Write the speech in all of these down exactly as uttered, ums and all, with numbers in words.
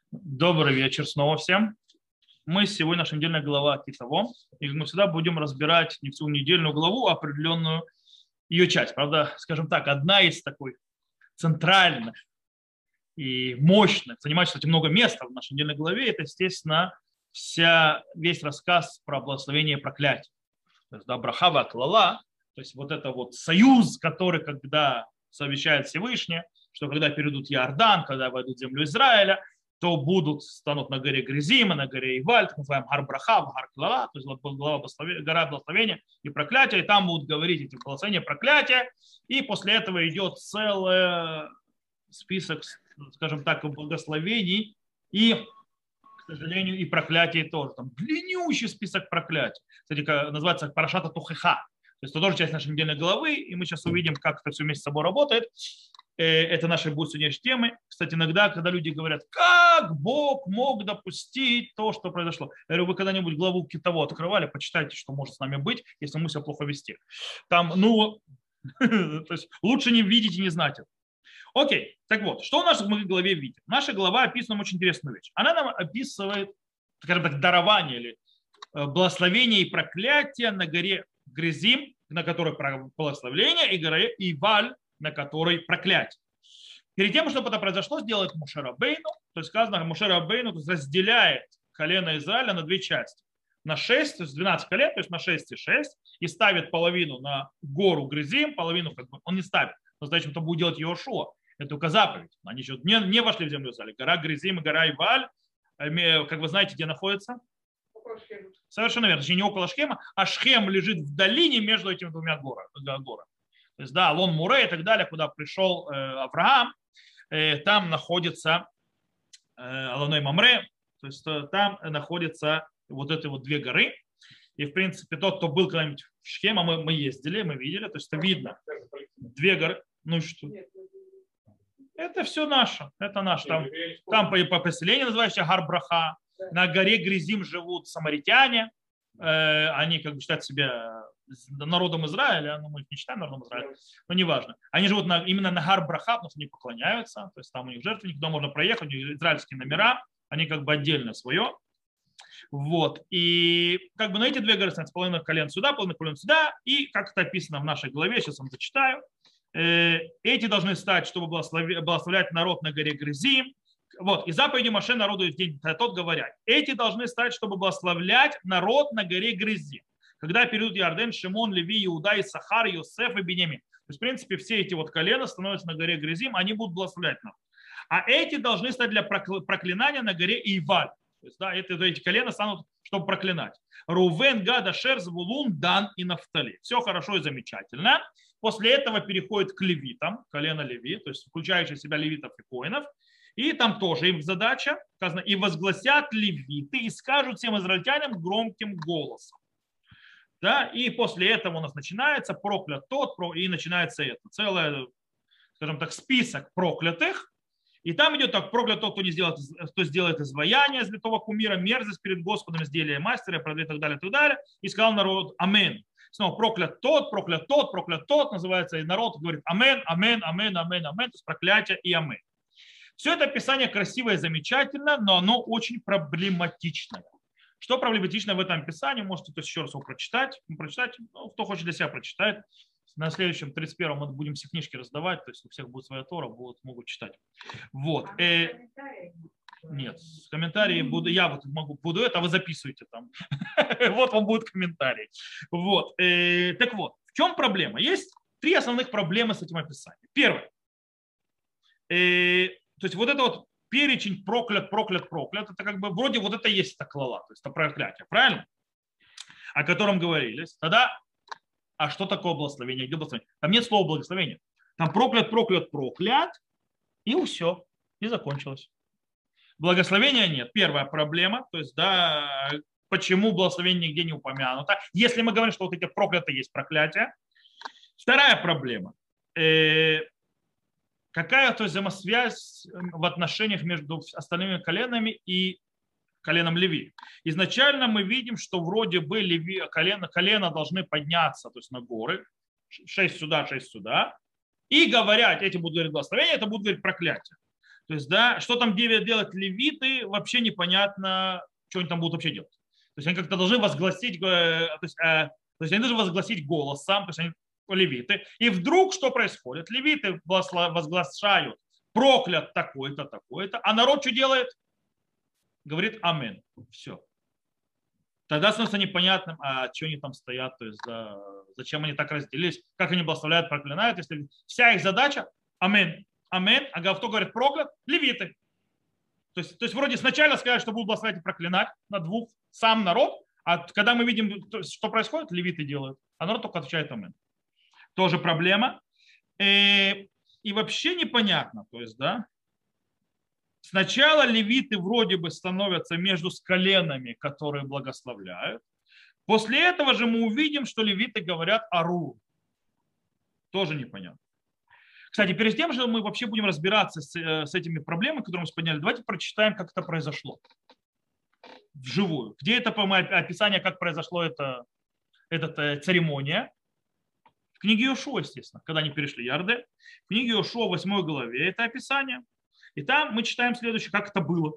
Добрый вечер снова всем. Мы сегодня, наша недельная глава Китово, и мы всегда будем разбирать не всю недельную главу, а определенную ее часть. Правда, скажем так, одна из такой центральных и мощных, занимающих, кстати, много места в нашей недельной главе, это, естественно, вся, весь рассказ про благословение и проклятие. То есть, да, брахава, клала, то есть вот это вот союз, который, когда совещает Всевышний, что когда перейдут Иордан, когда войдут в землю Израиля, то будут, станут на горе Гризима, на горе Иваль, так называемый Гар Браха, Гар Клала, то есть гора благословения и проклятия, и там будут говорить эти благословения и проклятия, и после этого идет целый список, скажем так, благословений и, к сожалению, и проклятий тоже. Там длиннющий список проклятий. Кстати, называется Парашата Тухеха. То есть это тоже часть нашей недельной главы, и мы сейчас увидим, как это все вместе с собой работает. Это наши будут сегодняшние темы. Кстати, иногда, когда люди говорят, как Бог мог допустить то, что произошло. Я говорю, вы когда-нибудь главу Китово открывали, почитайте, что может с нами быть, если мы себя плохо вести. Там, ну, то есть лучше не видеть и не знать это. Окей, так вот, что у нас в главе видим? Наша глава описывает нам очень интересную вещь. Она нам описывает, скажем так, дарование или благословение и проклятие на горе Гризим, на которой благословление, и горе Иваль, на которой проклятие. Перед тем, чтобы это произошло, сделает Моше Рабейну, то есть сказано, Моше Рабейну разделяет колено Израиля на две части. На шесть, то есть двенадцать колен, то есть на шесть и шесть, и ставит половину на гору Гризим, половину как бы он не ставит. Но зачем это будет делать Йошуа? Это только заповедь. Они еще не, не вошли в землю Израиля. Гора Гризим и гора Иваль, как вы знаете, где находится? Совершенно верно. Точнее, не около Шхема, а Шхем лежит в долине между этими двумя горами. То есть, да, Лон Муре и так далее, куда пришел э, Авраам, э, там находится э, Аланой Мамре, то есть э, там находятся вот эти вот две горы. И, в принципе, тот, кто был когда-нибудь в Шхеме, мы, мы ездили, мы видели, то есть это видно. Две горы. Ну и что? Это все наше, это наше. Там, там по, по поселению, называющееся Гар-Браха. На горе Гризим живут самаритяне. Э, они как бы считают себя народом Израиля, но мы их не считаем народом Израиля, но неважно. Они живут на, именно на Гар-Браха, потому что они поклоняются, то есть там у них жертвенник, туда можно проехать, у них израильские номера, они как бы отдельно свое. Вот. И как бы на эти две горы становится половина колен сюда, половина колен сюда, и как это описано в нашей главе, сейчас вам зачитаю, э, эти должны стать, чтобы благословлять, благословлять народ на горе Гризим. Вот, и заповеди Моше народу в день тот говорят, эти должны стать, чтобы благословлять народ на горе Гризим. Когда перейдут Иорден, Шимон, Леви, Иуда, Исахар, Йосеф и Бенемин. То есть, в принципе, все эти вот колена становятся на горе Гризим, они будут благословлять нам. А эти должны стать для проклинания на горе Иваль. То есть, да, это, эти колена станут, чтобы проклинать. Рувен, Гад, Ашер, Звулун, Дан и Нафтали. Все хорошо и замечательно. После этого переходит к левитам, колено Леви, то есть включающие в себя левитов и коинов. И там тоже им задача, сказано, и возгласят левиты, и скажут всем израильтянам громким голосом. Да, и после этого у нас начинается проклят тот, и начинается это. Целый, скажем так, список проклятых. И там идет так, проклят тот, кто, не сделает, кто сделает изваяние из святого кумира, мерзость перед Господом, изделие мастера, и так далее, и так далее. И сказал народ амен. Снова проклят тот, проклят тот, проклят тот, называется, и народ говорит амен, амен, амен, амен, амен, то есть проклятие и амен. Все это описание красивое и замечательно, но оно очень проблематичное. Что проблематично в этом описании, можете то есть, еще раз его прочитать. прочитать ну, кто хочет для себя прочитать. На следующем тридцать первом мы будем все книжки раздавать, то есть у всех будет своя Тора, будут, могут читать. Вот. А э, нет, комментарии буду, я вот могу, буду это, а вы записываете там. Вот вам будет комментарий. Вот. Э, так вот, в чем проблема? Есть три основных проблемы с этим описанием. Первое. Э, то есть вот это вот перечень проклят, проклят, проклят, это как бы вроде вот это есть таклала, то есть это проклятие, правильно? О котором говорились. Тогда, а что такое благословение? Где благословение? Там нет слова благословения. Там проклят, проклят, проклят, и все, и закончилось. Благословения нет. Первая проблема, то есть, да, почему благословение нигде не упомянуто, если мы говорим, что вот эти проклятые есть проклятие. Вторая проблема. Какая то взаимосвязь в отношениях между остальными коленами и коленом Леви. Изначально мы видим, что вроде бы Леви, колено, колено должны подняться, то есть на горы, шесть сюда, шесть сюда, и говорят, эти будут говорить благословение, это будут говорить проклятие. То есть, да, что там делать левиты, вообще непонятно, что они там будут вообще делать. То есть они как-то должны возгласить, э, то есть, э, то есть они должны возгласить голосом, то есть они левиты. И вдруг что происходит? Левиты возглашают, проклят такой-то, такой-то, а народ что делает? Говорит амин. Все. Тогда становится непонятным, а что они там стоят, то есть да, зачем они так разделились, как они благословляют, проклинают, если вся их задача амин. Амин. А кто говорит проклят? Левиты. То есть, то есть вроде сначала сказали, что будут благословлять и проклинать на двух, сам народ, а когда мы видим, что происходит, левиты делают, а народ только отвечает амин. Тоже проблема. И, и вообще непонятно, то есть, да, сначала левиты вроде бы становятся между коленами, которые благословляют. После этого же мы увидим, что левиты говорят ару. Тоже непонятно. Кстати, перед тем, что мы вообще будем разбираться с, с этими проблемами, которые мы подняли, давайте прочитаем, как это произошло вживую. Где это описание, как произошло это, эта церемония? В книге Иошуа, естественно, когда они перешли Ярде. В книге Иошуа, в восьмой главе, это описание. И там мы читаем следующее, как это было.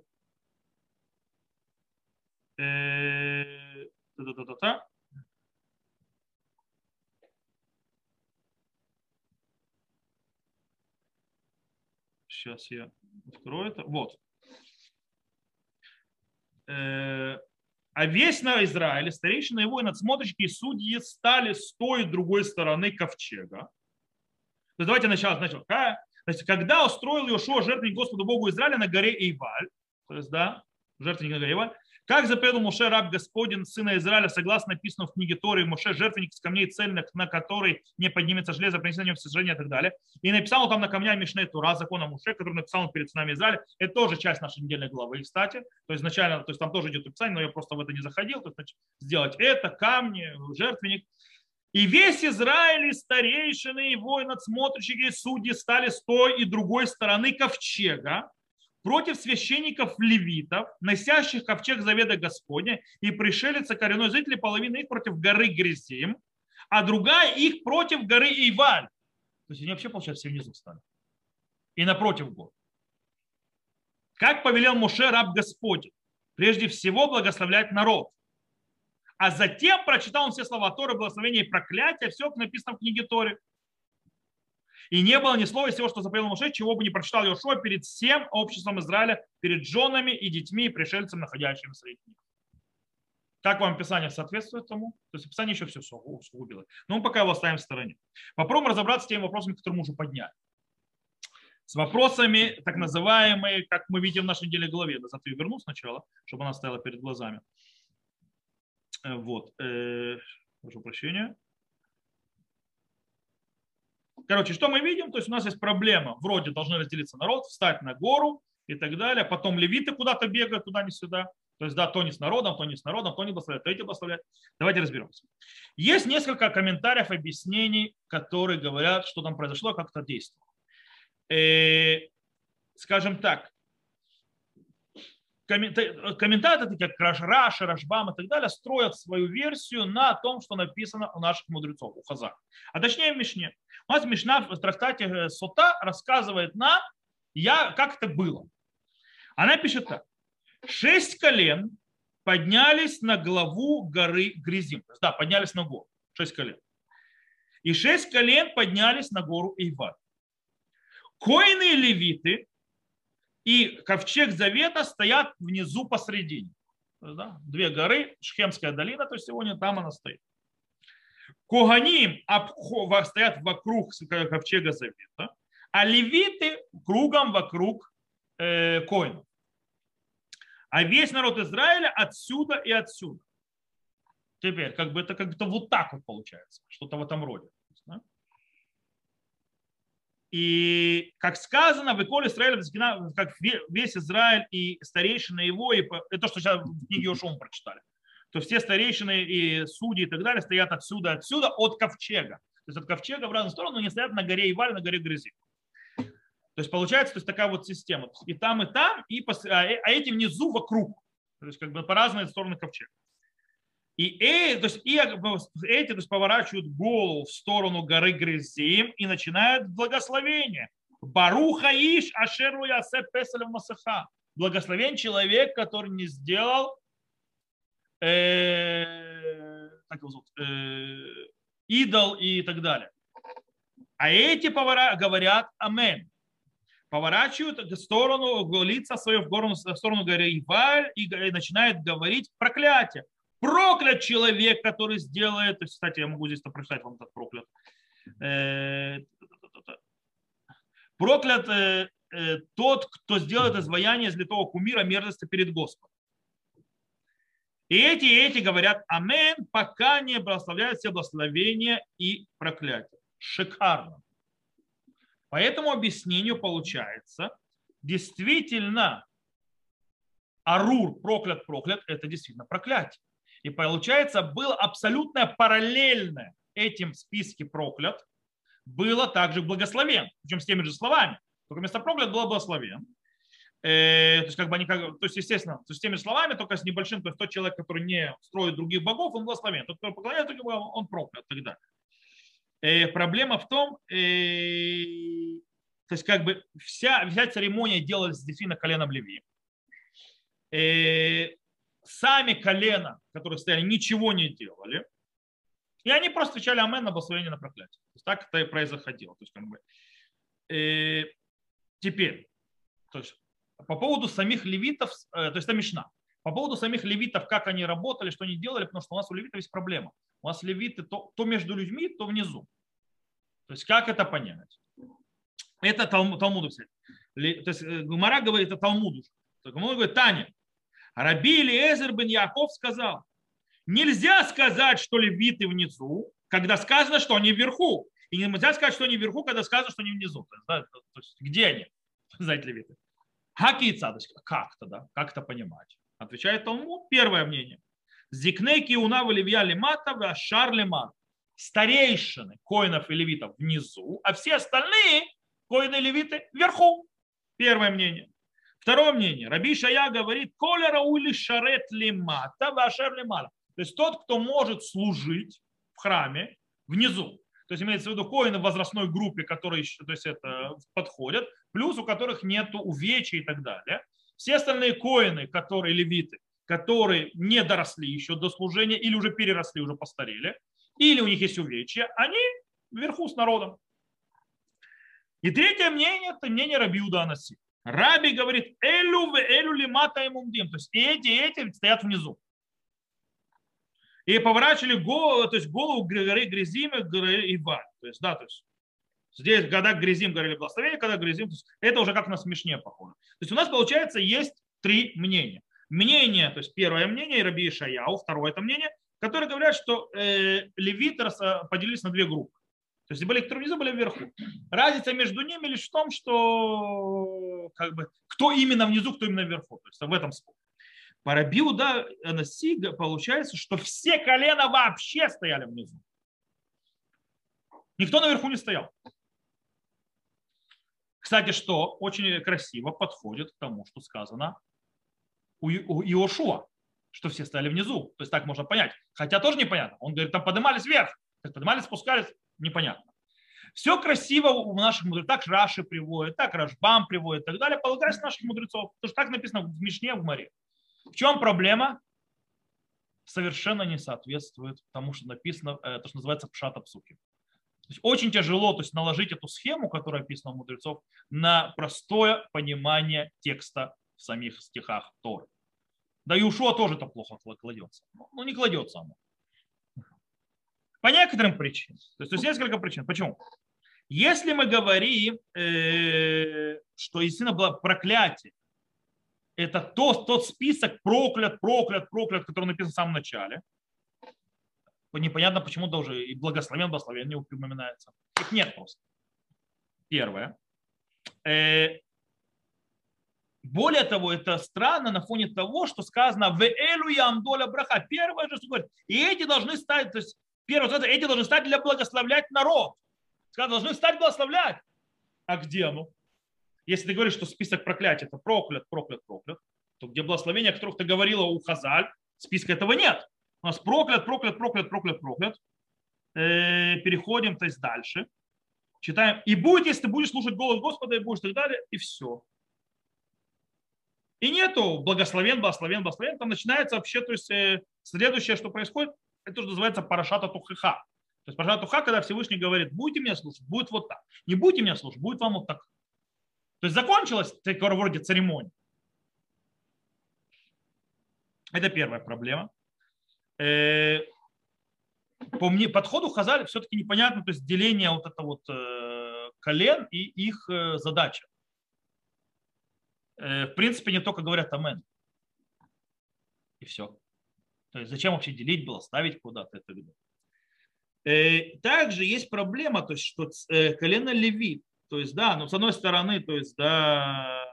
Та-та-та-та-та. Сейчас я открою это. Вот. А весь на Израиле, старейшины его и надсмотрщики и судьи стали с той и другой стороны ковчега. То есть давайте начало сначала. Значит, когда устроил Иошуа жертвенник Господу Богу Израиля на горе Эйваль, то есть, да, жертвенник на горе Эйваль, как заповедал Моше раб Господень, сына Израиля, согласно написанному в книге Торы, Моше жертвенник из камней цельных, на который не поднимется железо, принесение в сожжение и так далее. И написал он там на камнях Мишне Тура, закона Моше, который написал он перед сынами Израиля. Это тоже часть нашей недельной главы, кстати. То есть изначально, то есть там тоже идет описание, но я просто в это не заходил. То есть, значит, сделать это, камни, жертвенник. И весь Израиль, и старейшины, и воины, надсмотрщики, и судьи стали с той и другой стороны ковчега против священников левитов, носящих ковчег завета Господня, и пришелица коренной жители, половина их против горы Гризим, а другая их против горы Эйваль. То есть они вообще, получается, все внизу стали. И напротив гор. Как повелел Моше раб Господень, прежде всего благословлять народ. А затем прочитал он все слова Торы, благословения и проклятия, все написано в книге Торы. И не было ни слова из всего, что заповедал Моше, чего бы не прочитал Иошуа перед всем обществом Израиля, перед женами и детьми и пришельцами, находящимися среди них. Как вам Писание соответствует тому? То есть Писание еще все усугубило. Но мы пока его оставим в стороне. Попробуем разобраться с теми вопросами, которые мы уже подняли. С вопросами, так называемые, как мы видим в нашей неделе главе. Назад ее верну сначала, чтобы она стояла перед глазами. Вот. Прошу прощения. Короче, что мы видим? То есть у нас есть проблема. Вроде должны разделиться народ, встать на гору и так далее. Потом левиты куда-то бегают, туда не сюда. То есть, да, то не с народом, то не с народом, то не благословляет, то эти благословляют. Давайте разберемся. Есть несколько комментариев, объяснений, которые говорят, что там произошло, как это действовало. И, скажем так, комментаторы, такие как Раши, Рашбам и так далее, строят свою версию на том, что написано у наших мудрецов, у Хазар. А точнее в Мишне. У нас Мишна в трактате Сота рассказывает нам, я, как это было. Она пишет так. Шесть колен поднялись на главу горы Гризим. Да, поднялись на гору. Шесть колен. И шесть колен поднялись на гору Эйваль. Коины и левиты и ковчег завета стоят внизу посредине. Да? Две горы, Шхемская долина, то есть сегодня там она стоит. Коганим стоят вокруг ковчега завета, а левиты кругом вокруг э, коинов. А весь народ Израиля отсюда и отсюда. Теперь, как бы это как будто вот так вот получается, что-то в этом роде. Да? И, как сказано, в Иколе Израиля, как весь Израиль и старейшины его, и это, что сейчас в книге Иошуа мы прочитали, то все старейшины и судьи и так далее стоят отсюда, отсюда, от ковчега. То есть от ковчега в разные стороны, но не стоят на горе Эйваль, на горе Гризим. То есть получается, то есть такая вот система. И там, и там, и пос... а эти внизу вокруг. То есть как бы по разные стороны ковчега. И, и, то есть, и эти то есть, поворачивают голову в сторону горы Гризим и начинают благословение. Баруха иш ашеру ясе песель масаха. Благословен человек, который не сделал э, как его зовут, э, идол и так далее. А эти повара говорят амен. Поворачивают в сторону, лица свое в, гору, в сторону горы Иваль и начинает говорить проклятие. Проклят человек, который сделает, то есть, кстати, я могу здесь прочитать вам этот проклят. Проклят тот, кто сделает изваяние из литого кумира мерзости перед Господом. И эти, и эти говорят амен, пока не благословляют все благословения и проклятия. Шикарно. По этому объяснению получается, действительно, Арур, проклят, проклят, это действительно проклятие. И получается, было абсолютно параллельное этим списке проклят, было также благословен, причем с теми же словами. Только вместо проклят было благословен. Э, то есть, как бы они, как, то есть, естественно, то есть, с теми же словами, только с небольшим, то есть тот человек, который не строит других богов, он благословен. Тот, кто поклоняется, он проклят и так далее. Э, проблема в том, э, то есть как бы вся, вся церемония делалась действительно коленом Леви. Э, сами колена, которые стояли, ничего не делали. И они просто отвечали амен на благословение на проклятие. То есть так это и происходило. То есть, как бы, э, теперь, то есть, по поводу самих левитов, э, то есть это Мишна. По поводу самих левитов, как они работали, что они делали, потому что у нас у левитов есть проблема. У нас левиты то, то между людьми, то внизу. То есть как это понять? Это Талмуд, Талмуд то есть Гемара говорит, это Талмуд. Талмуд говорит, Таня, Раби Элиэзер бен Яаков сказал, нельзя сказать, что левиты внизу, когда сказано, что они вверху. И нельзя сказать, что они вверху, когда сказано, что они внизу. То есть, да, то есть где они? Знаете, левиты. Хакица, то есть как-то, да, как это понимать? Отвечает Талмуд, первое мнение. Зикнеки унавы левья лимата, шар лимат. Старейшины коинов и левитов внизу, а все остальные коины и левиты вверху. Первое мнение. Второе мнение. Раби Шая говорит, коля раули шарет лимата, вашер лимала. То есть тот, кто может служить в храме внизу. То есть имеется в виду коины в возрастной группе, которые то есть это, подходят, плюс у которых нет увечий и так далее. Все остальные коины, которые левиты, которые не доросли еще до служения или уже переросли, уже постарели, или у них есть увечья, они вверху с народом. И третье мнение, это мнение Раби Иуда Анаси. Раби говорит, элю в элю лимата имумдим. То есть эти и эти стоят внизу. И поворачивали голову, то есть голову горы Гризим и горы Иваль. То есть, да, то есть здесь, когда Гризим говорили благословение, когда Гризим, то есть это уже как на смешне похоже. То есть у нас, получается, есть три мнения. Мнение, то есть первое мнение, Раби Ишаяу, второе это мнение, которые говорят, что э, левиты поделились на две группы. То есть были, которые внизу, были вверху. Разница между ними лишь в том, что как бы, кто именно внизу, кто именно вверху. То есть в этом спор. По Раби Иуда Анаси получается, что все колена вообще стояли внизу. Никто наверху не стоял. Кстати, что очень красиво подходит к тому, что сказано у Иошуа, что все стояли внизу. То есть так можно понять. Хотя тоже непонятно. Он говорит, там поднимались вверх. Так поднимались, спускались, непонятно. Все красиво у наших мудрецов. Так Раши приводит, так Рашбам приводит и так далее. Полагаясь наших мудрецов. Потому что так написано в Мишне, в Море. В чем проблема? Совершенно не соответствует тому, что написано, то, что называется пшат псуки. То есть очень тяжело то есть, наложить эту схему, которая описана у мудрецов, на простое понимание текста в самих стихах Торы. Да и Иошуа тоже это плохо кладется. Ну, не кладется оно. По некоторым причинам. То есть, то есть несколько причин. Почему? Если мы говорим, э, что действительно было проклятие, это тот, тот список проклят, проклят, проклят, который написан в самом начале. Непонятно, почему даже и благословен, благословен не упоминается. Их нет просто. Первое. Э, более того, это странно на фоне того, что сказано в элю ямдоля браха. Первое же, что говорит, и эти должны стать, то есть первое, эти должны стать для благословлять народ. Сказано, должны стать благословлять. А где оно? Если ты говоришь, что список проклятий это проклят, проклят, проклят, то где благословения, о которых ты говорила у Хазаль, списка этого нет. У нас проклят, проклят, проклят, проклят, проклят. Э, переходим, то есть дальше. Читаем. И будет, если ты будешь слушать голос Господа, и будешь и так далее, и все. И нету благословен, благословен, благословен. Там начинается вообще, то есть следующее, что происходит, это уже называется парашата тухиха. То есть парашата туха, когда Всевышний говорит, будете меня слушать, будет вот так. Не будете меня слушать, будет вам вот так. То есть закончилась такого вроде церемония. Это первая проблема. По мне, подходу Хазаль все-таки непонятно, то есть деление вот это вот колен и их задача. В принципе, не только говорят амен. И все. То есть зачем вообще делить было, ставить куда-то это видно. Также есть проблема, то есть что колено Леви, то есть да, но с одной стороны, то есть да,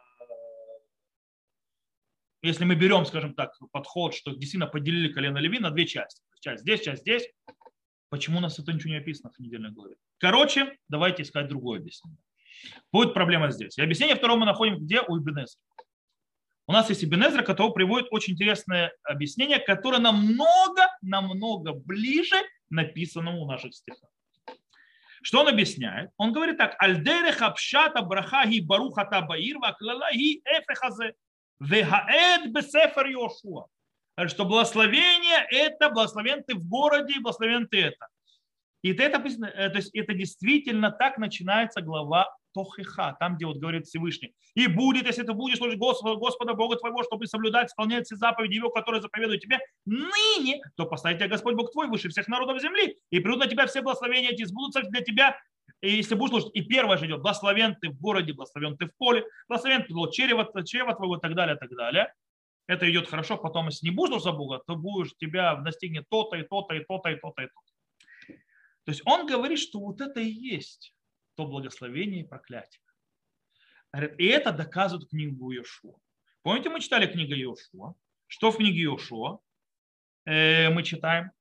если мы берем, скажем так, подход, что действительно поделили колено Леви на две части, часть здесь, часть здесь, почему у нас это ничего не описано в недельной главе? Короче, давайте искать другое объяснение. Будет проблема здесь. И объяснение второе мы находим где? У Ибн Эзры. У нас есть Ибн Эзра, который приводит очень интересное объяснение, которое намного, намного ближе написанному в наших стихах. Что он объясняет? Он говорит так: «Альдерех абшата брахаги барухата баир ваклалаги эфехазе вегаэд бесефер Йошуа». Что благословение – это благословен ты в городе, и благословен ты это. И это, то есть это действительно так начинается глава Тохиха, там, где вот говорит Всевышний. «И будет, если ты будешь служить Господа, Господа Бога твоего, чтобы соблюдать, исполнять все заповеди Его, которые заповедуют тебе ныне, то поставит тебя Господь Бог твой выше всех народов земли, и придут на тебя все благословения эти, сбудутся для тебя, и если будешь служить». И первое же идет: благословен ты в городе, благословен ты в поле, благословен ты плод чрева, чрева твоего, и так далее, и так далее. Это идет хорошо, потом, если не будешь за Бога, то будешь, тебя настигнет то-то, и то-то, и то-то, и то-то, и то-то. То есть он говорит, что вот это и есть то благословение и проклятие. И это доказывает книгу Йошуа. Помните, мы читали книгу Йошуа? Что в книге Йошуа э, мы читаем?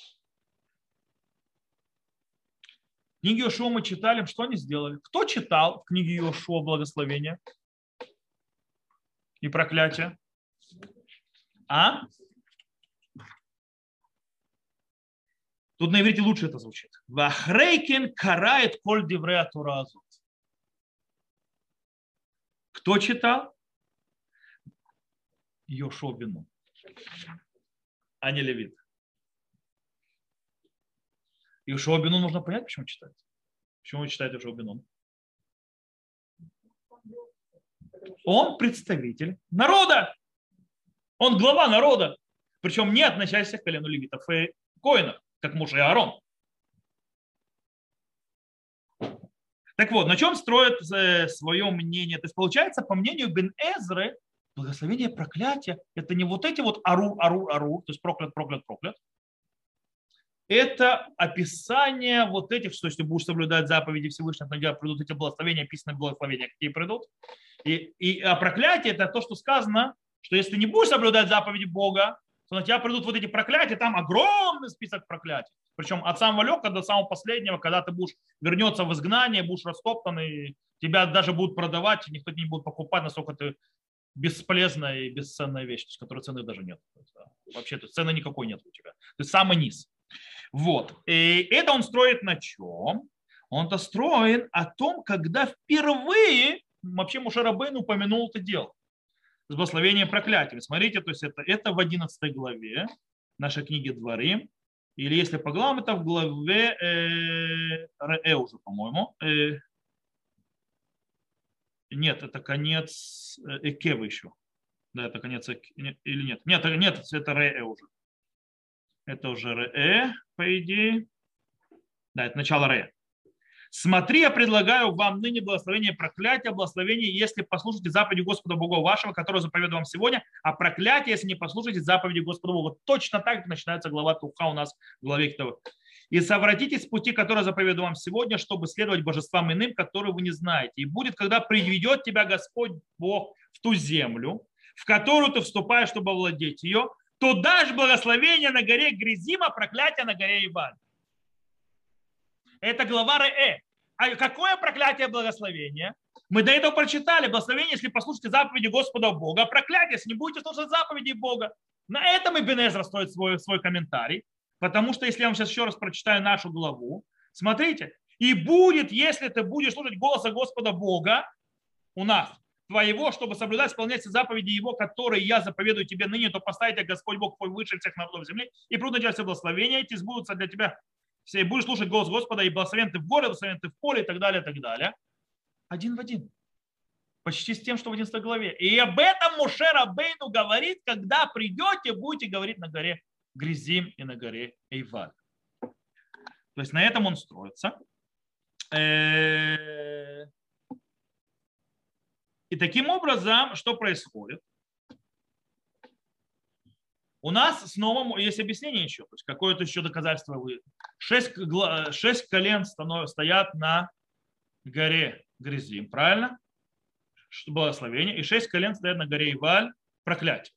В книге Йошуа мы читали, что они сделали. Кто читал в книге Йошуа благословение и проклятие? А? Тут на иврите лучше это звучит. Вахрейкен карает коль диврея туразу. Кто читал? Йошуа бен Нун, а не левит. Йошуа бен Нун нужно понять, почему читать. Почему он читает Йошуа бен Нун? Он представитель народа. Он глава народа. Причем не относящийся к колену левитов и коинов, как Моше и Аарон. Так вот, на чем строят свое мнение? То есть получается, по мнению Ибн Эзры, благословение и проклятие – это не вот эти вот арур, арур, арур, то есть проклят, проклят, проклят. Это описание вот этих, что если будешь соблюдать заповеди Всевышнего, тогда придут эти благословения, описанные благословения, какие придут. И, и а проклятие – это то, что сказано, что если ты не будешь соблюдать заповеди Бога, то на тебя придут вот эти проклятия, там огромный список проклятий. Причем от самого легкого до самого последнего, когда ты будешь вернется в изгнание, будешь растоптан, и тебя даже будут продавать, и никто не будет покупать, насколько ты бесполезная и бесценная вещь, которой цены даже нет. Вообще то цены никакой нет у тебя. То есть самый низ. Вот. И это он строит на чем? Он-то строит о том, когда впервые вообще Моше Рабейну упомянул это дело. С благословением проклятия. Смотрите, то есть это, это в одиннадцатой главе нашей книги Дворим. Или если по главам, это в главе э, Ре уже, по-моему. Э, нет, это конец Экева еще. Да, это конец Экева. Или нет? Нет, нет, это Ре уже. Это уже Ре, по идее. Да, это начало Ре. Смотри, я предлагаю вам ныне благословение и проклятие, благословение, если послушаете заповеди Господа Бога вашего, который заповедую вам сегодня, а проклятие, если не послушаете заповеди Господа Бога. Точно так как начинается глава Туха у нас в главе Китова. И совратитесь с пути, который заповедую вам сегодня, чтобы следовать божествам иным, которые вы не знаете. И будет, когда приведет тебя Господь Бог в ту землю, в которую ты вступаешь, чтобы овладеть ее, то дашь благословение на горе Гризима, проклятие на горе Иван. Это глава Ре. А какое проклятие благословение? Мы до этого прочитали. Благословение, если послушаете заповеди Господа Бога. А проклятие, если не будете слушать заповеди Бога. На этом Ибн Эзра стоит свой, свой комментарий. Потому что, если я вам сейчас еще раз прочитаю нашу главу, смотрите, И будет, если ты будешь слушать голоса Господа Бога у нас, твоего, чтобы соблюдать, исполнять все заповеди Его, которые я заповедую тебе ныне, то поставит тебя Господь Бог твой выше всех народов земли, и прудно делать все благословения, эти сбудутся для тебя. Все, и будешь слушать голос Господа, и благословен ты в горе, благословен ты в поле, и так далее, и так далее. Один в один. Почти с тем, что в одиннадцатой главе. И об этом Моше Рабейну говорит, когда придете, будете говорить на горе Гризим и на горе Эйваль. То есть на этом он строится. И таким образом, что происходит? У нас снова есть объяснение еще, то есть какое-то еще доказательство. Шесть, шесть колен стоят на горе Гризим, правильно? Благословение. И шесть колен стоят на горе Иваль, проклятие.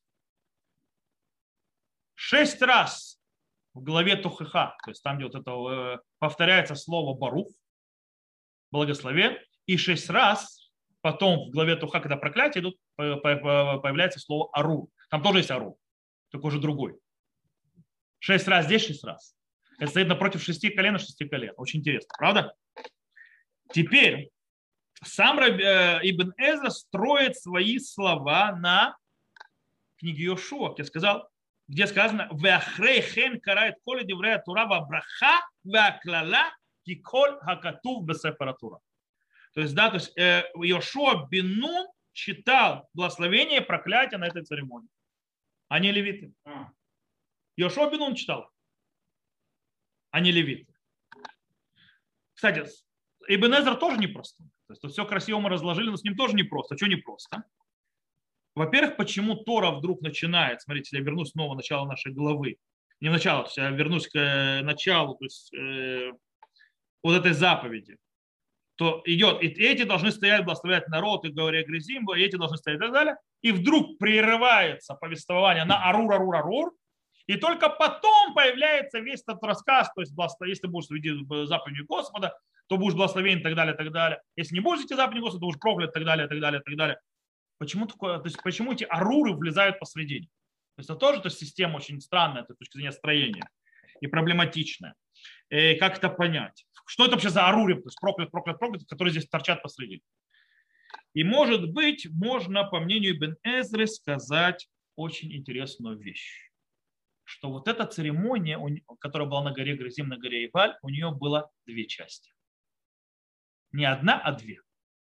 Шесть раз в главе Тухиха, то есть там, где вот это повторяется слово Барух, благословен, и шесть раз потом в главе Туха, когда проклятие идут, появляется слово Ару. Там тоже есть Ару, только уже другой. Шесть раз здесь, шесть раз. Это стоит напротив шести колен и шести колен. Очень интересно, правда? Теперь сам Ибн Эзра строит свои слова на книге Йошуа, где сказал, где сказано «Веахрей хен карает коли деврея тура вабраха веаклала киколь хакатув бесефера тура». То есть, да, то есть Йошуа бен Нун читал благословение и проклятие на этой церемонии, а не левиты. Йошуа бен Нун читал, а не левиты. Кстати, Ибн Эзра тоже непросто. То есть, все красиво мы разложили, но с ним тоже непросто. Что непросто? Во-первых, почему Тора вдруг начинает, смотрите, я вернусь снова в начало нашей главы, не в начало, то есть я вернусь к началу, то есть э, вот этой заповеди, то идет, и эти должны стоять, благословлять народ, и говоря Гризим, и эти должны стоять и так далее, и вдруг прерывается повествование на арур, арур, арур, и только потом появляется весь этот рассказ, то есть если ты будешь видеть заповеди Господа, то будешь благословен и так далее, и так далее. Если не будешь видеть заповеди Господа, то будешь проклят и так далее, и так далее, и так далее. Почему, такое, то есть, почему эти аруры влезают посредине? То есть это тоже то есть, система очень странная с точки зрения строения и проблематичная. И как это понять? Что это вообще за аруры? То есть проклят, проклят, проклят, которые здесь торчат посредине. И может быть, можно, по мнению Ибн Эзры, сказать очень интересную вещь. Что вот эта церемония, которая была на горе Гризим, на горе Иваль, у нее было две части. Не одна, а две.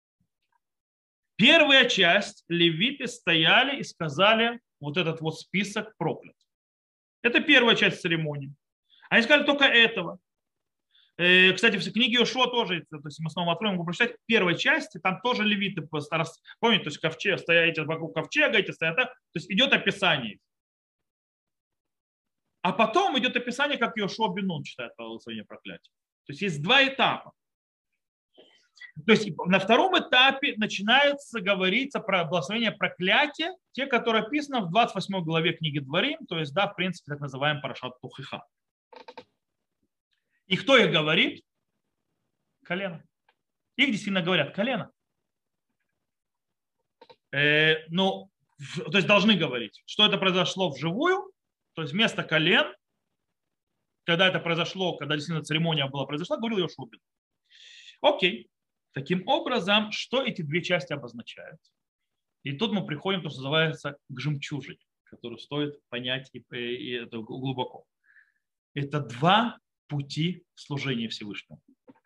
Первая часть, левиты стояли и сказали вот этот вот список проклят. Это первая часть церемонии. Они сказали только этого. Кстати, в книге Йошуа тоже, то есть мы снова откроем, могу прочитать, в первой части там тоже левиты, помните, то есть ковчег, стоят вокруг ковчега, эти стоят, то есть идет описание. А потом идет описание, как Йошуа бен Нун читает благословение проклятия. То есть есть два этапа. То есть на втором этапе начинается говориться про благословение проклятия, те, которые описаны в двадцать восьмой главе книги Дворим, то есть, да, в принципе, так называемый парашат Тухиха. И кто их говорит? Колено. Их действительно говорят колено. Э, ну, то есть должны говорить, что это произошло вживую, то есть вместо колен, когда это произошло, когда действительно церемония была произошла, говорил Йошуа бен Нун. Окей. Таким образом, что эти две части обозначают? И тут мы приходим к тому, что называется к жемчужине, которую стоит понять и, и это глубоко. Это два пути служения Всевышнему.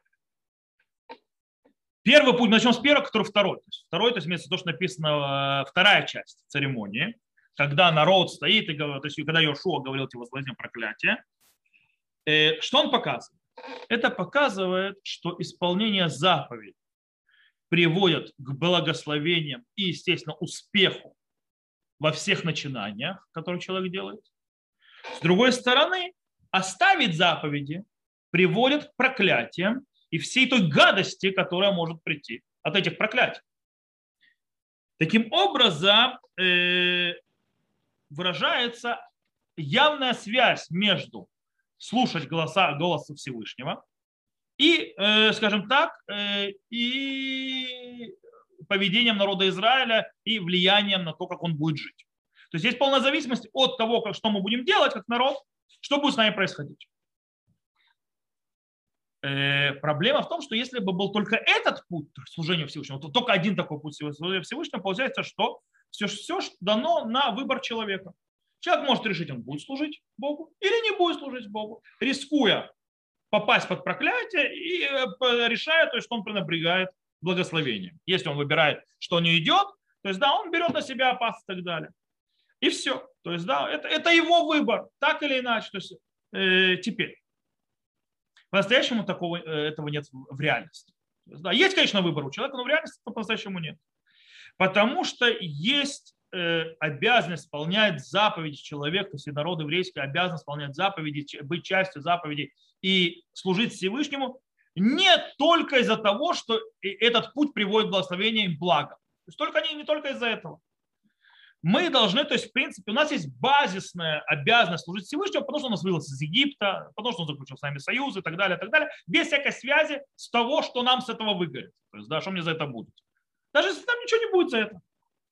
Первый путь, начнем с первого, который второй. То есть второй, то есть вместо того, что написано вторая часть церемонии, когда народ стоит и говорит, то есть когда Йошуа говорил эти возглавления проклятия, что он показывает? Это показывает, что исполнение заповедей приводит к благословениям и, естественно, успеху во всех начинаниях, которые человек делает. С другой стороны, оставить заповеди приводит к проклятиям и всей той гадости, которая может прийти от этих проклятий. Таким образом, э, выражается явная связь между слушать голоса, голоса Всевышнего и, э, скажем так, э, и поведением народа Израиля и влиянием на то, как он будет жить. То есть есть полная зависимость от того, как, что мы будем делать как народ, что будет с нами происходить. Э, проблема в том, что если бы был только этот путь служения Всевышнему, то только один такой путь служения Всевышнему, получается, что все, все дано на выбор человека. Человек может решить, он будет служить Богу или не будет служить Богу, рискуя попасть под проклятие и решая, то есть, что он пренебрегает благословением. Если он выбирает, что не идет, то есть, да, он берет на себя опасность и так далее. И все. То есть, да, это, это его выбор, так или иначе. То есть, э, теперь. По-настоящему такого, этого нет в реальности. То есть, да, есть, конечно, выбор у человека, но в реальности по-настоящему нет. Потому что есть э, обязанность исполнять заповеди человека, то есть и народ еврейский обязан исполнять заповеди, быть частью заповедей и служить Всевышнему не только из-за того, что этот путь приводит к благословению и благо. То есть только не, не только из-за этого. Мы должны, то есть, в принципе, у нас есть базисная обязанность служить Всевышнему, потому что он нас вывел из Египта, потому что он заключил с нами союз и так далее, и так далее, без всякой связи с того, что нам с этого выгорит. То есть, да, что мне за это будет. Даже если там ничего не будет за это.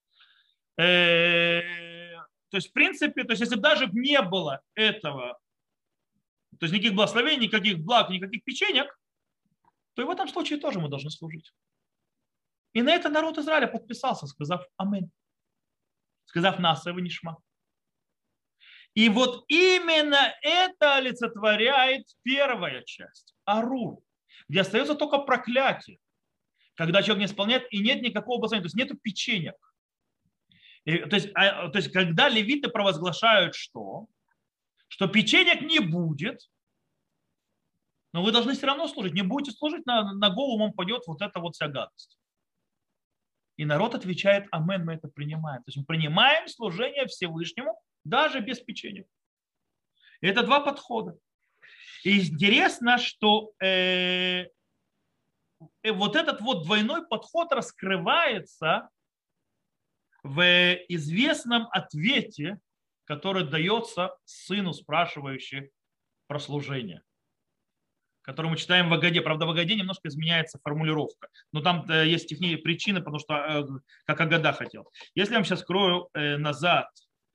То есть, в принципе, то есть, если бы даже не было этого, то есть никаких благословений, никаких благ, никаких печенек, то и в этом случае тоже мы должны служить. И на это народ Израиля подписался, сказав «Аминь», сказав «Насава нишма». И вот именно это олицетворяет первая часть, Арур, где остается только проклятие, когда человек не исполняет и нет никакого благословения, то есть нету печенек. И, то, есть, а, то есть когда левиты провозглашают что? Что печенек не будет, но вы должны все равно служить. Не будете служить, на, на голову вам пойдет вот эта вот вся гадость. И народ отвечает «Амен», мы это принимаем. То есть мы принимаем служение Всевышнему даже без печенья. И это два подхода. И интересно, что э, э, вот этот вот двойной подход раскрывается в известном ответе, который дается сыну, спрашивающему про служение, который мы читаем в Агаде. Правда, в Агаде немножко изменяется формулировка. Но там есть технические причины, потому что как Агада хотел. Если я вам сейчас скрою назад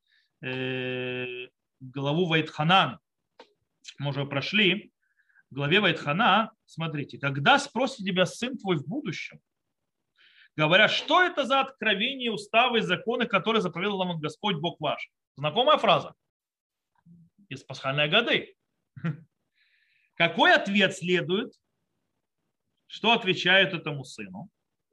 главу Ваитханан, мы уже прошли, в главе Ваитхана, смотрите, когда спросит тебя сын твой в будущем, говорят, что это за откровения, уставы и законы, которые заповедал нам Господь Бог ваш. Знакомая фраза из пасхальной Агады. Какой ответ следует? Что отвечает этому сыну?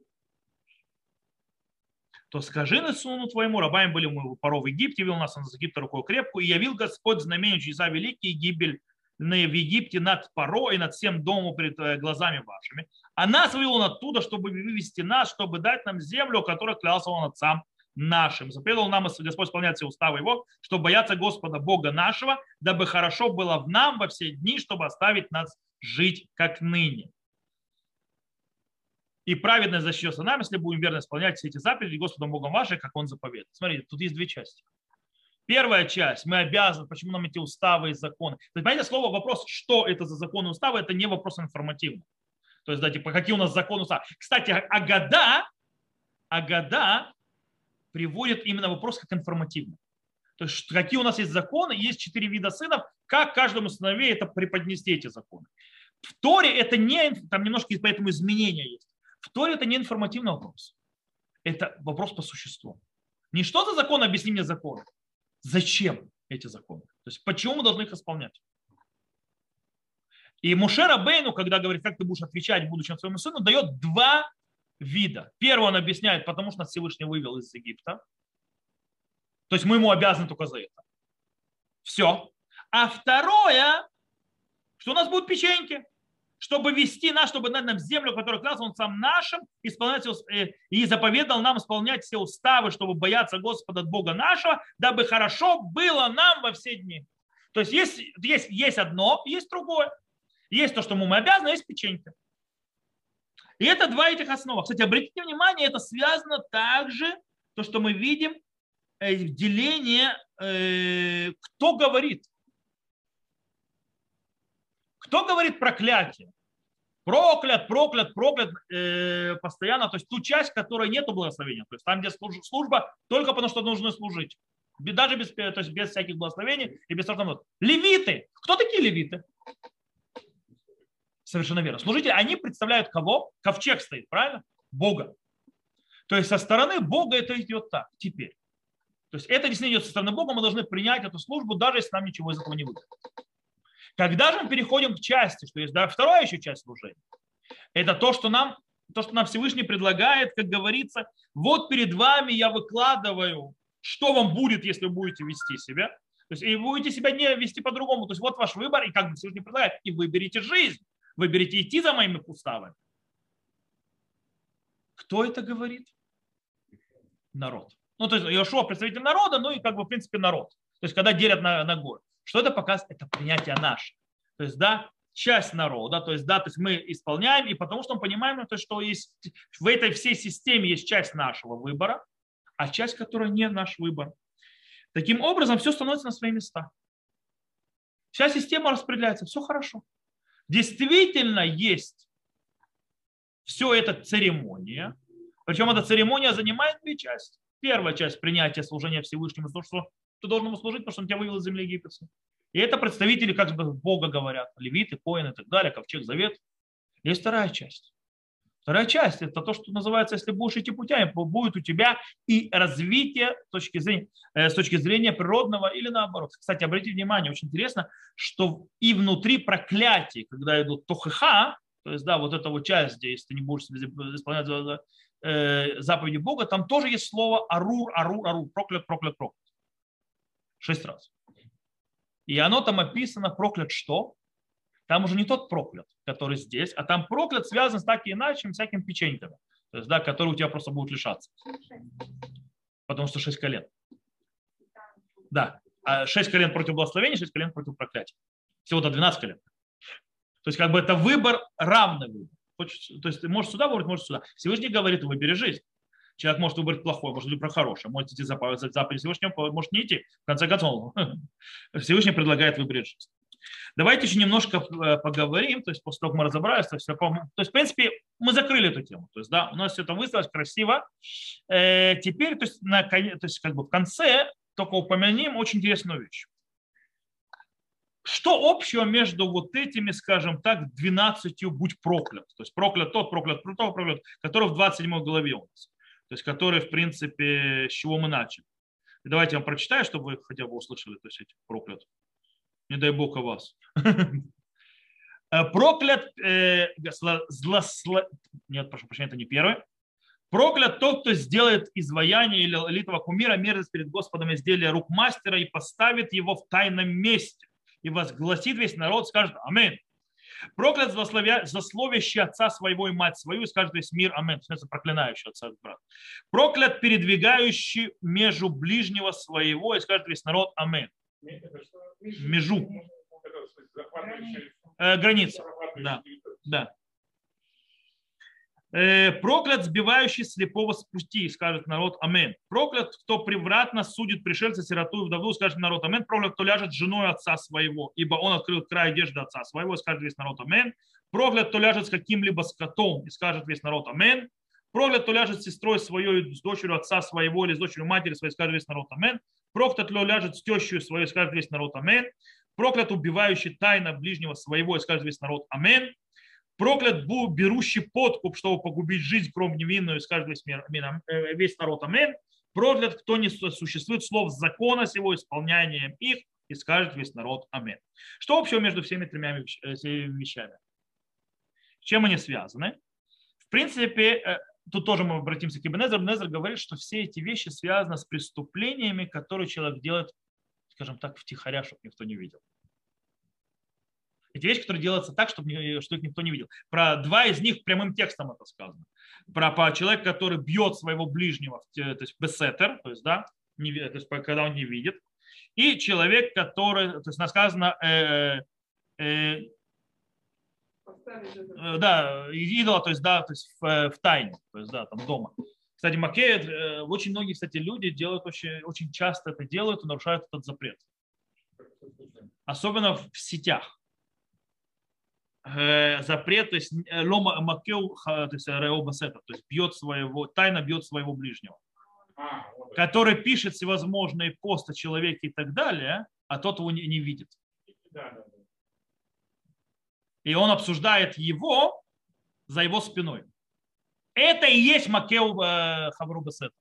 То скажи на сыну твоему, рабами были мы порой в Египте, вел нас из Египта рукой крепкую, и явил Господь знамения чудеса великие, гибель в Египте над Паро и над всем домом перед глазами вашими. А нас вывел он оттуда, чтобы вывести нас, чтобы дать нам землю, о которой клялся он отцам нашим. Заповедал нам Господь исполнять все уставы его, чтобы бояться Господа Бога нашего, дабы хорошо было в нам во все дни, чтобы оставить нас жить как ныне. И праведность защитится нам, если будем верно исполнять все эти заповеди Господом Богом вашим, как он заповедует. Смотрите, тут есть две части. Первая часть, мы обязаны, почему нам эти уставы и законы. То есть, понимаете, слово, вопрос, что это за законы и уставы, это не вопрос информативный. То есть, да, типа, какие у нас законы и уставы. Кстати, Агада, Агада приводит именно вопрос как информативный. То есть, какие у нас есть законы, есть четыре вида сынов, как каждому сыновей это преподнести эти законы. В Торе это не, там немножко поэтому изменения есть. В Торе это не информативный вопрос. Это вопрос по существу. Не что за закон, объясни мне законы. Зачем эти законы? То есть почему мы должны их исполнять? И Моше Рабейну, когда говорит, как ты будешь отвечать будущему своему сыну, дает два вида. Первый он объясняет, потому что нас Всевышний вывел из Египта. То есть мы ему обязаны только за это. Все. А второе, что у нас будут печеньки, чтобы вести нас, чтобы дать нам землю, которую клялся он сам нашим, исполнять, и заповедал нам исполнять все уставы, чтобы бояться Господа Бога нашего, дабы хорошо было нам во все дни. То есть есть, есть, есть одно, есть другое. Есть то, что мы обязаны, есть печенька. И это два этих основы. Кстати, обратите внимание, это связано также, то, что мы видим, деление, кто говорит. Кто говорит проклятие? Проклят, проклят, проклят э, постоянно. То есть ту часть, в которой нет благословения. То есть там, где служба, только потому что нужно служить. Даже без, то есть без всяких благословений и без того. Левиты. Кто такие левиты? Совершенно верно. Служители, они представляют кого? Ковчег стоит, правильно? Бога. То есть со стороны Бога это идет так теперь. То есть это действительно идет со стороны Бога, мы должны принять эту службу, даже если нам ничего из этого не выйдет. Когда же мы переходим к части, что есть да, вторая еще часть служения, это то, что нам, то, что нам Всевышний предлагает, как говорится, вот перед вами я выкладываю, что вам будет, если вы будете вести себя. То есть и вы будете себя не вести по-другому. То есть вот ваш выбор, и как бы Всевышний предлагает, и выберите жизнь, выберите идти за моими уставами. Кто это говорит? Народ. Ну, то есть Иошуа представитель народа, ну и как бы в принципе народ. То есть когда делят на, на горы. Что это показывает? Это принятие наше. То есть, да, часть народа, то есть, да, то есть мы исполняем, и потому что мы понимаем, то, что есть, в этой всей системе есть часть нашего выбора, а часть, которая не наш выбор. Таким образом, все становится на свои места. Вся система распределяется, все хорошо. Действительно есть все это церемония, причем эта церемония занимает две части. Первая часть принятия служения Всевышнему, то, что ты должен ему служить, потому что он тебя вывел из земли египетской. И это представители, как бы Бога говорят, левиты, коины и так далее, ковчег, завет. Есть вторая часть. Вторая часть – это то, что называется, если будешь идти путями, будет у тебя и развитие с точки зрения, с точки зрения природного или наоборот. Кстати, обратите внимание, очень интересно, что и внутри проклятий, когда идут тохеха, то есть, да, вот эта вот часть, где если ты не будешь исполнять заповеди Бога, там тоже есть слово арур, арур, арур, проклят, проклят, проклят. Шесть раз. И оно там описано проклят что? Там уже не тот проклят, который здесь, а там проклят связан с так и иначе всякими печеньками, то есть, да, которые у тебя просто будут лишаться. Потому что шесть колен. Да. А шесть колен против благословения, шесть колен против проклятия. Всего-то двенадцать колен. То есть как бы это выбор, равный выбор. То есть ты можешь сюда выбрать, можешь сюда. Всевышний говорит, выбери жизнь. Человек может выбрать плохое, может выбрать хорошее. Может идти за заповедь Всевышнего, может не идти. В конце концов, Всевышний предлагает выбрать жизнь. Давайте еще немножко поговорим, то есть после того, как мы разобрались, то есть, то есть в принципе, мы закрыли эту тему. То есть, да, у нас все это выставилось красиво. Э, теперь, то есть, на, то есть, как бы в конце только упомянем очень интересную вещь. Что общего между вот этими, скажем так, двенадцатью «будь проклят»? То есть проклят тот, проклят тот, проклят, который в двадцать седьмой главе у нас. То есть который, в принципе, с чего мы начали. И давайте я вам прочитаю, чтобы вы хотя бы услышали, то есть эти проклят. Не дай Бог о вас. Проклят, э, зло, зло, нет, прошу прощения, это не первый. Проклят тот, кто сделает изваяние или литого кумира, мерзость перед Господом изделия рук мастера и поставит его в тайном месте. И возгласит весь народ, скажет аминь. Проклят злословящий отца своего и мать свою, и скажет весь мир аминь. В смысле, проклинающий отца и брата. Проклят передвигающий межу ближнего своего, и скажет весь народ аминь. Межу. Э, граница. Да. Да. Э, проклят сбивающий слепого с пути, скажет народ аминь. Проклят, кто превратно судит пришельца, сироту и вдову, скажет народ аминь. Проклят, кто ляжет с женой отца своего, ибо он открыл край одежды отца своего, скажет весь народ аминь. Проклят, кто ляжет с каким-либо скотом, и скажет весь народ аминь. Проклят, кто ляжет с сестрой своей, с дочерью отца своего или с дочерью матери своей, скажет весь народ аминь. Проклят, кто ляжет с тещей своей, скажет весь народ аминь. Проклят, убивающий тайно ближнего своего, и скажет весь народ аминь. Проклят, берущий подкуп, чтобы погубить жизнь, кровь невинную, и скажет весь, мир, весь народ аминь. Проклят, кто не существует слов закона сего, исполнянием их, и скажет весь народ аминь. Что общего между всеми тремя вещами? С чем они связаны? В принципе, тут тоже мы обратимся к Ибн Эзру. Ибн Эзра говорит, что все эти вещи связаны с преступлениями, которые человек делает, скажем так, втихаря, чтобы никто не видел. Эти вещи, которые делаются так, чтобы, что их никто не видел. Про два из них прямым текстом это сказано. Про, про человека, который бьет своего ближнего, то есть бесетер, то есть, да, не, то есть, когда он не видит. И человек, который, то есть сказано, э, э, э, да, идола, то есть, да, то есть в, в тайне, то есть, да, там дома. Кстати, Макея, э, очень многие, кстати, люди делают очень, очень часто это делают и нарушают этот запрет. Особенно в сетях. Запрет, то есть лома макеу, то есть реобасета, то есть бьет своего, тайно бьет своего ближнего, а, вот который пишет всевозможные посты человека и так далее, а тот его не, не видит. Да, да, да. и он обсуждает его за его спиной. Это и есть макеу хавру бесета.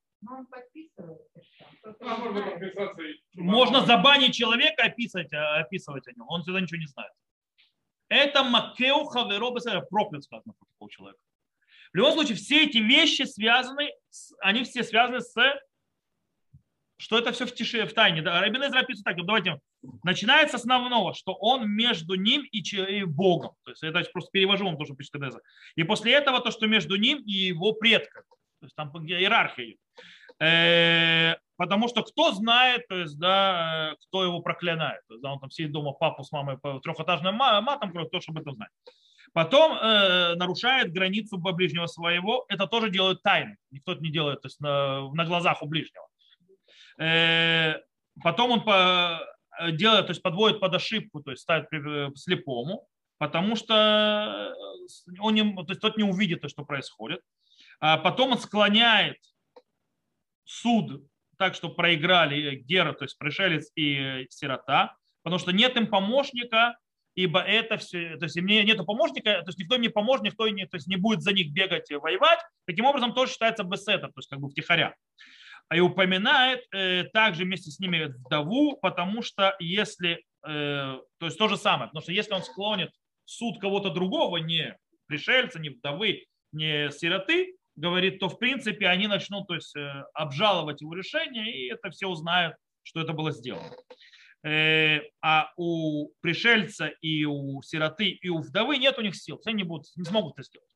Можно забанить человека, описывать, описывать о нем. Он всегда ничего не знает. Это макеу хавру бесета. Проклят сказано про такого человека. В любом случае, все эти вещи связаны, они все связаны с, что это все в тишине, в тайне. Рабин Эзра описывает так, давайте, начинается с основного, что он между ним и, и Богом. То есть это просто перевожу вам то, что пишет Эзра. И после этого то, что между ним и его предками. То есть там иерархия. Потому что кто знает, то есть, да, кто его проклинает. То есть, да, он там сидит дома, папу с мамой по трехэтажным матом, кто чтобы это знать. Потом э, нарушает границу ближнего своего. Это тоже делают тайно. Никто это не делает, то есть на, на глазах у ближнего. Э, потом он по, делает, то есть подводит под ошибку, то есть ставит слепому, потому что он не, то есть тот не увидит то, что происходит. А потом он склоняет суд так, что проиграли Гера, то есть пришелец и сирота, потому что нет им помощника, ибо это все, то есть мне нету помощника, то есть никто им не поможет, никто не, то есть не будет за них бегать и воевать. Таким образом тоже считается бесетер, то есть как бы втихаря. И упоминает э, также вместе с ними вдову, потому что если, э, то есть то же самое, потому что если он склонит суд кого-то другого, не пришельца, не вдовы, не сироты, говорит, то в принципе они начнут, то есть, э, обжаловать его решение, и это все узнают, что это было сделано. А у пришельца и у сироты и у вдовы нет у них сил, они не, будут, не смогут это сделать.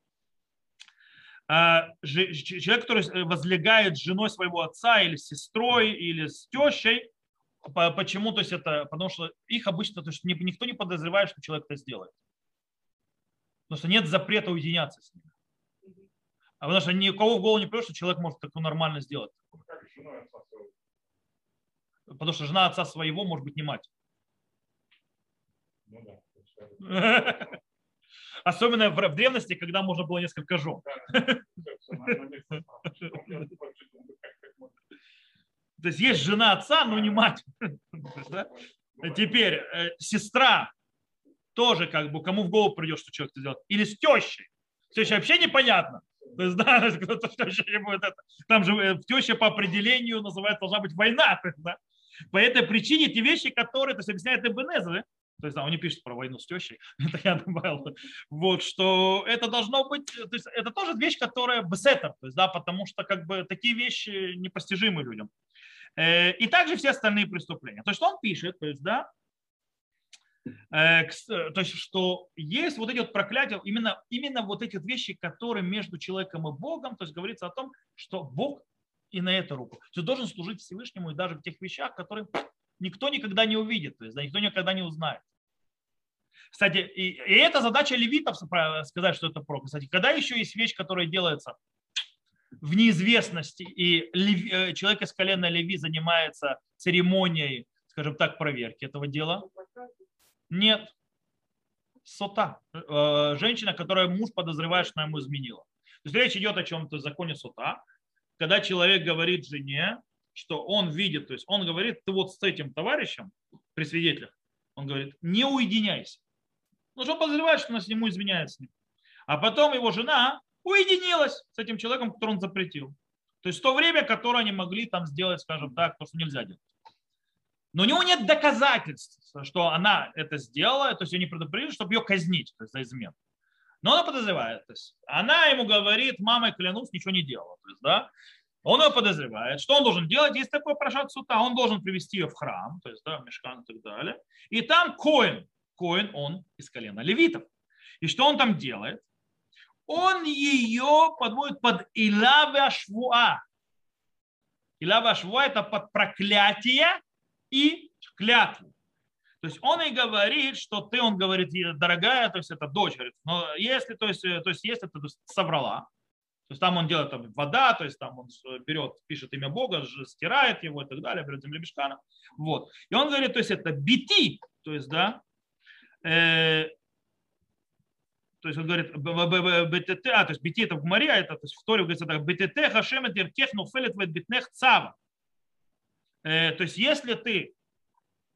Человек, который возлегает с женой своего отца или с сестрой или с тещей, почему? То есть это, потому что их обычно, то есть никто не подозревает, что человек это сделает. Потому что нет запрета уединяться с ними. А потому что ни у кого в голову не придет, что человек может такое нормально сделать. Потому что жена отца своего может быть не мать. Ну, да. Особенно в древности, когда можно было несколько жен. То есть есть жена отца, но не мать. Теперь сестра тоже как бы кому в голову придет, что человек это делает. Или с тещей. С тещей вообще непонятно. То есть, да, кто-то в тещей не будет это. Там же в теще по определению называется, должна быть война. Да? По этой причине те вещи, которые, то есть, объясняет Ибн Эзра, то есть, да, он не пишет про войну с тещей, это я добавил, вот, что это должно быть, то есть, это тоже вещь, которая бесетер, то есть, да, потому что как бы такие вещи непостижимы людям. И также все остальные преступления. То есть, он пишет, то есть, да, то есть, что есть вот эти вот проклятия, именно, именно вот эти вот вещи, которые между человеком и Богом, то есть, говорится о том, что Бог и на эту руку. Ты должен служить Всевышнему и даже в тех вещах, которые никто никогда не увидит, то есть, да, никто никогда не узнает. Кстати, и, и это задача левитов сказать, что это проклятие. Кстати, когда еще есть вещь, которая делается в неизвестности, и лев, человек из колена Леви занимается церемонией, скажем так, проверки этого дела? Нет. Сота. Женщина, которая муж подозревает, что она ему изменила. То есть речь идет о чем-то в законе сота, когда человек говорит жене, что он видит, то есть он говорит, ты вот с этим товарищем при свидетелях, он говорит, не уединяйся. Ну что он подозревает, что она с нему изменяет с ним. А потом его жена уединилась с этим человеком, который он запретил. То есть в то время, которое они могли там сделать, скажем так, то, что нельзя делать. Но у него нет доказательств, что она это сделала, то есть ее не предупредили, чтобы ее казнить, то есть за измену. Но она подозревает. То есть она ему говорит, мамой клянусь, ничего не делала. То есть, да, он ее подозревает. Что он должен делать? Есть такой прошат сута. Он должен привести ее в храм, то есть, да, в мешкан и так далее. И там коэн. Коэн, он из колена левитов. И что он там делает? Он ее подводит под илаве ашвуа. Илаве ашвуа – это под проклятие и клятву. То есть он и говорит, что ты, он говорит, дорогая, то есть это дочь, говорит, но если, то есть, то есть если ты соврала, то есть там он делает там, вода, то есть там он берет, пишет имя Бога, стирает его и так далее, берет землебешкана. Вот. И он говорит, то есть это бити, то есть, да, э, то есть он говорит, бтт, а, то есть бити это в Гмаре, это, то есть в Торе говорится так, бтт хашемет иртех нуфелет вет битнех цава. То есть если ты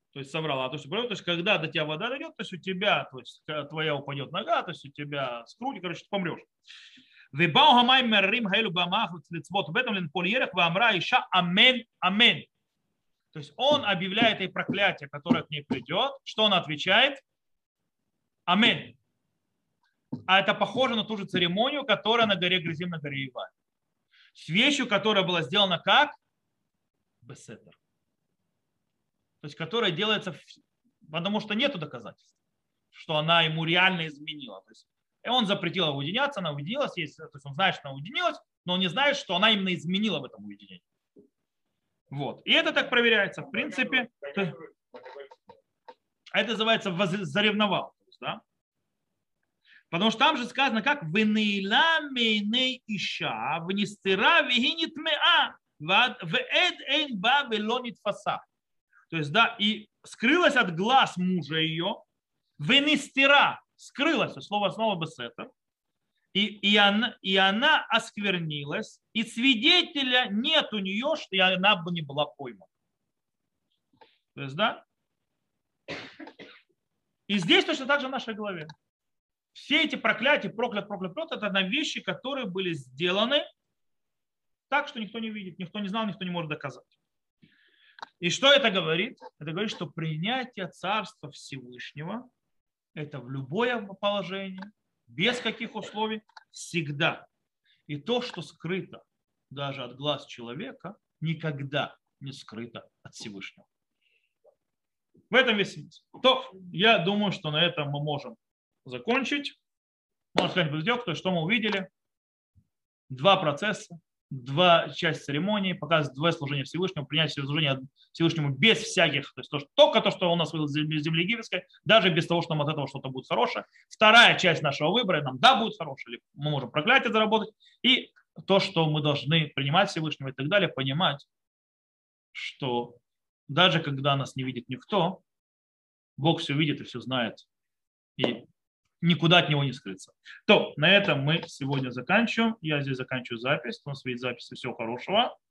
то есть соврала, то есть, то есть когда до тебя вода дойдет, то есть у тебя, то есть твоя упадет нога, то есть у тебя скрутит, короче, ты помрешь. ובאו המים מררים האלו במח לצוות בטם לנפול ירח ואמרה אישה אמן אמן. То есть он объявляет ей проклятие, которое к ней придет. Что он отвечает? Амен. А это похоже на ту же церемонию, которая на горе Гризим, на горе Иваль. С вещью, которая была сделана как? Бесетер. То есть которая делается, потому что нет доказательств, что она ему реально изменила. То есть, и он запретил ей уединяться, она уединилась, то есть он знает, что она уединилась, но он не знает, что она именно изменила в этом уединении. Вот. И это так проверяется. В принципе, это называется заревновал. Да? Потому что там же сказано, как «Венейла мейней иша, внистира вегинит меа, вэд эйн ба велонит фаса». То есть, да, и скрылась от глаз мужа ее, венистира, скрылась, слово снова бесетер, и, и, она, и она осквернилась, и свидетеля нет у нее, что она бы не была поймана. То есть, да? И здесь точно так же в нашей голове. Все эти проклятия, проклят, проклят, проклят, это на вещи, которые были сделаны так, что никто не видит, никто не знал, никто не может доказать. И что это говорит? Это говорит, что принятие Царства Всевышнего – это в любое положение, без каких условий, всегда. И то, что скрыто даже от глаз человека, никогда не скрыто от Всевышнего. В этом весь смысл. То, я думаю, что на этом мы можем закончить. Можно сказать, то есть, что мы увидели? Два процесса. Два части церемонии, показывает два служения Всевышнему, принятие служения Всевышнему без всяких, то есть то, что, только то, что у нас было в земле египетской, даже без того, что нам от этого что-то будет хорошее. Вторая часть нашего выбора, нам да, будет хорошее, или мы можем проклятие заработать, и то, что мы должны принимать Всевышнего и так далее, понимать, что даже когда нас не видит никто, Бог все видит и все знает, и никуда от него не скрыться. То, на этом мы сегодня заканчиваем. Я здесь заканчиваю запись. У нас видит записи. Всего хорошего.